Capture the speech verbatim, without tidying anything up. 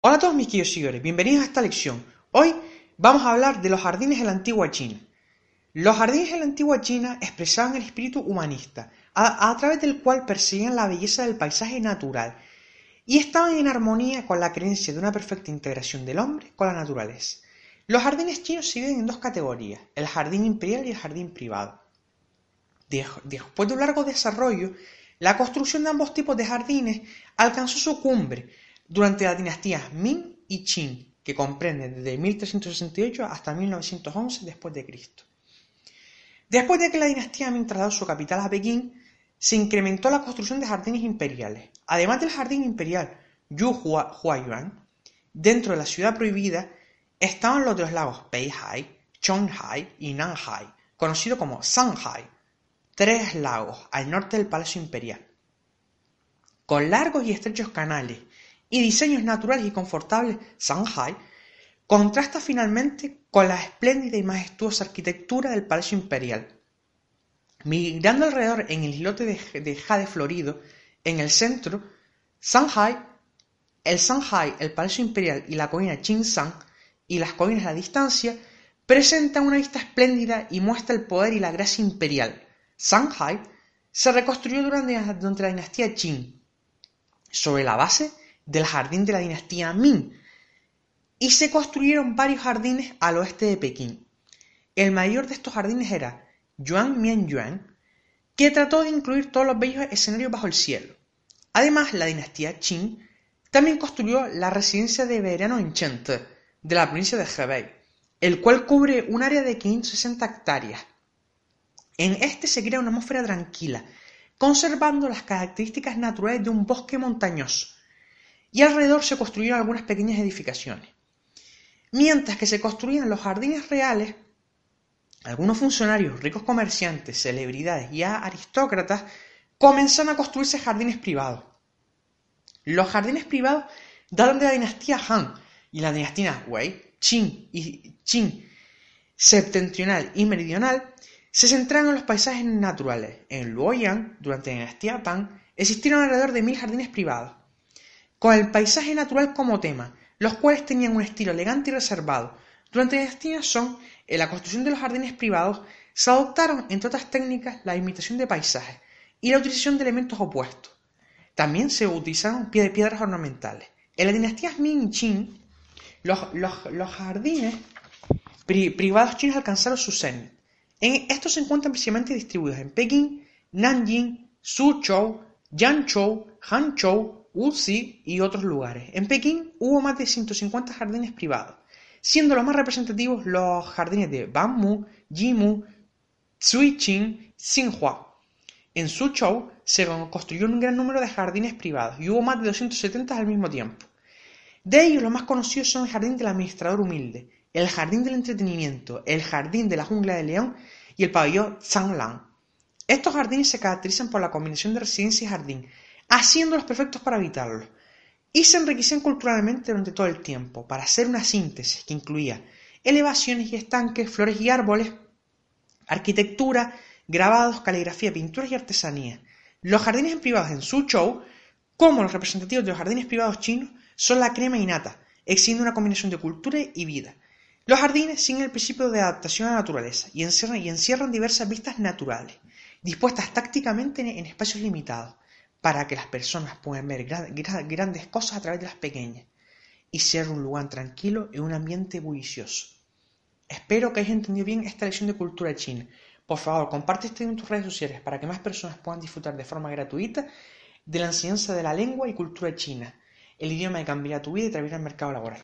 Hola a todos mis queridos seguidores, bienvenidos a esta lección. Hoy vamos a hablar de los jardines de la antigua China. Los jardines de la antigua China expresaban el espíritu humanista, a, a través del cual perseguían la belleza del paisaje natural y estaban en armonía con la creencia de una perfecta integración del hombre con la naturaleza. Los jardines chinos se dividen en dos categorías, el jardín imperial y el jardín privado. Después de un largo desarrollo, la construcción de ambos tipos de jardines alcanzó su cumbre durante las dinastías Ming y Qing, que comprenden desde mil trescientos sesenta y ocho hasta mil novecientos once después de Cristo. Después de que la dinastía Ming trasladó su capital a Pekín, se incrementó la construcción de jardines imperiales. Además del jardín imperial Yu Huayuan, dentro de la ciudad prohibida estaban los de los lagos Beihai, Chonghai y Nanhai, conocido como Sanhai, tres lagos al norte del Palacio Imperial. Con largos y estrechos canales y diseños naturales y confortables, Sanhai contrasta finalmente con la espléndida y majestuosa arquitectura del Palacio Imperial. Mirando alrededor en el islote de, de jade florido, en el centro, Sanhai, el Sanhai, el Palacio Imperial y la colina Chingshan y las colinas a la distancia presentan una vista espléndida y muestra el poder y la gracia imperial. Sanhai se reconstruyó durante, durante la dinastía Qing, sobre la base del jardín de la dinastía Ming, y se construyeron varios jardines al oeste de Pekín. El mayor de estos jardines era Yuanmianyuan, que trató de incluir todos los bellos escenarios bajo el cielo. Además, la dinastía Qing también construyó la residencia de verano en Chengde, de la provincia de Hebei, el cual cubre un área de quinientas sesenta hectáreas. En este se crea una atmósfera tranquila, conservando las características naturales de un bosque montañoso, y alrededor se construyeron algunas pequeñas edificaciones. Mientras que se construían los jardines reales, algunos funcionarios, ricos comerciantes, celebridades y aristócratas comenzaron a construirse jardines privados. Los jardines privados datan de la dinastía Han y la dinastía Wei, Qing y Qing septentrional y meridional se centraron en los paisajes naturales. En Luoyang, durante la dinastía Tang, existieron alrededor de mil jardines privados, con el paisaje natural como tema, los cuales tenían un estilo elegante y reservado. Durante la dinastía Song, en la construcción de los jardines privados, se adoptaron, entre otras técnicas, la imitación de paisajes y la utilización de elementos opuestos. También se utilizaron piedras ornamentales. En la dinastía Ming y Qing, los, los, los jardines pri, privados chinos alcanzaron su cenit. En estos se encuentran principalmente distribuidos en Pekín, Nanjing, Suzhou, Yanzhou, Hangzhou, Wuxi y otros lugares. En Pekín hubo más de ciento cincuenta jardines privados, siendo los más representativos los jardines de Banmu, Jimu, Zuiqing, Xinhua. En Suzhou se construyó un gran número de jardines privados y hubo más de doscientos setenta al mismo tiempo. De ellos los más conocidos son el jardín del administrador humilde, el jardín del entretenimiento, el jardín de la jungla de león y el pabellón Zhanglang. Estos jardines se caracterizan por la combinación de residencia y jardín, haciéndolos perfectos para habitarlos, y se enriquecían culturalmente durante todo el tiempo, para hacer una síntesis que incluía elevaciones y estanques, flores y árboles, arquitectura, grabados, caligrafía, pinturas y artesanía. Los jardines privados en Suzhou, como los representativos de los jardines privados chinos, son la crema innata, exhibiendo una combinación de cultura y vida. Los jardines siguen el principio de adaptación a la naturaleza y encierran, y encierran diversas vistas naturales, dispuestas tácticamente en, en espacios limitados, para que las personas puedan ver gran, gran, grandes cosas a través de las pequeñas, y ser un lugar tranquilo y un ambiente bullicioso. Espero que hayas entendido bien esta lección de cultura china. Por favor, comparte este video en tus redes sociales para que más personas puedan disfrutar de forma gratuita de la enseñanza de la lengua y cultura china, el idioma que cambiará tu vida y te abrirá al mercado laboral.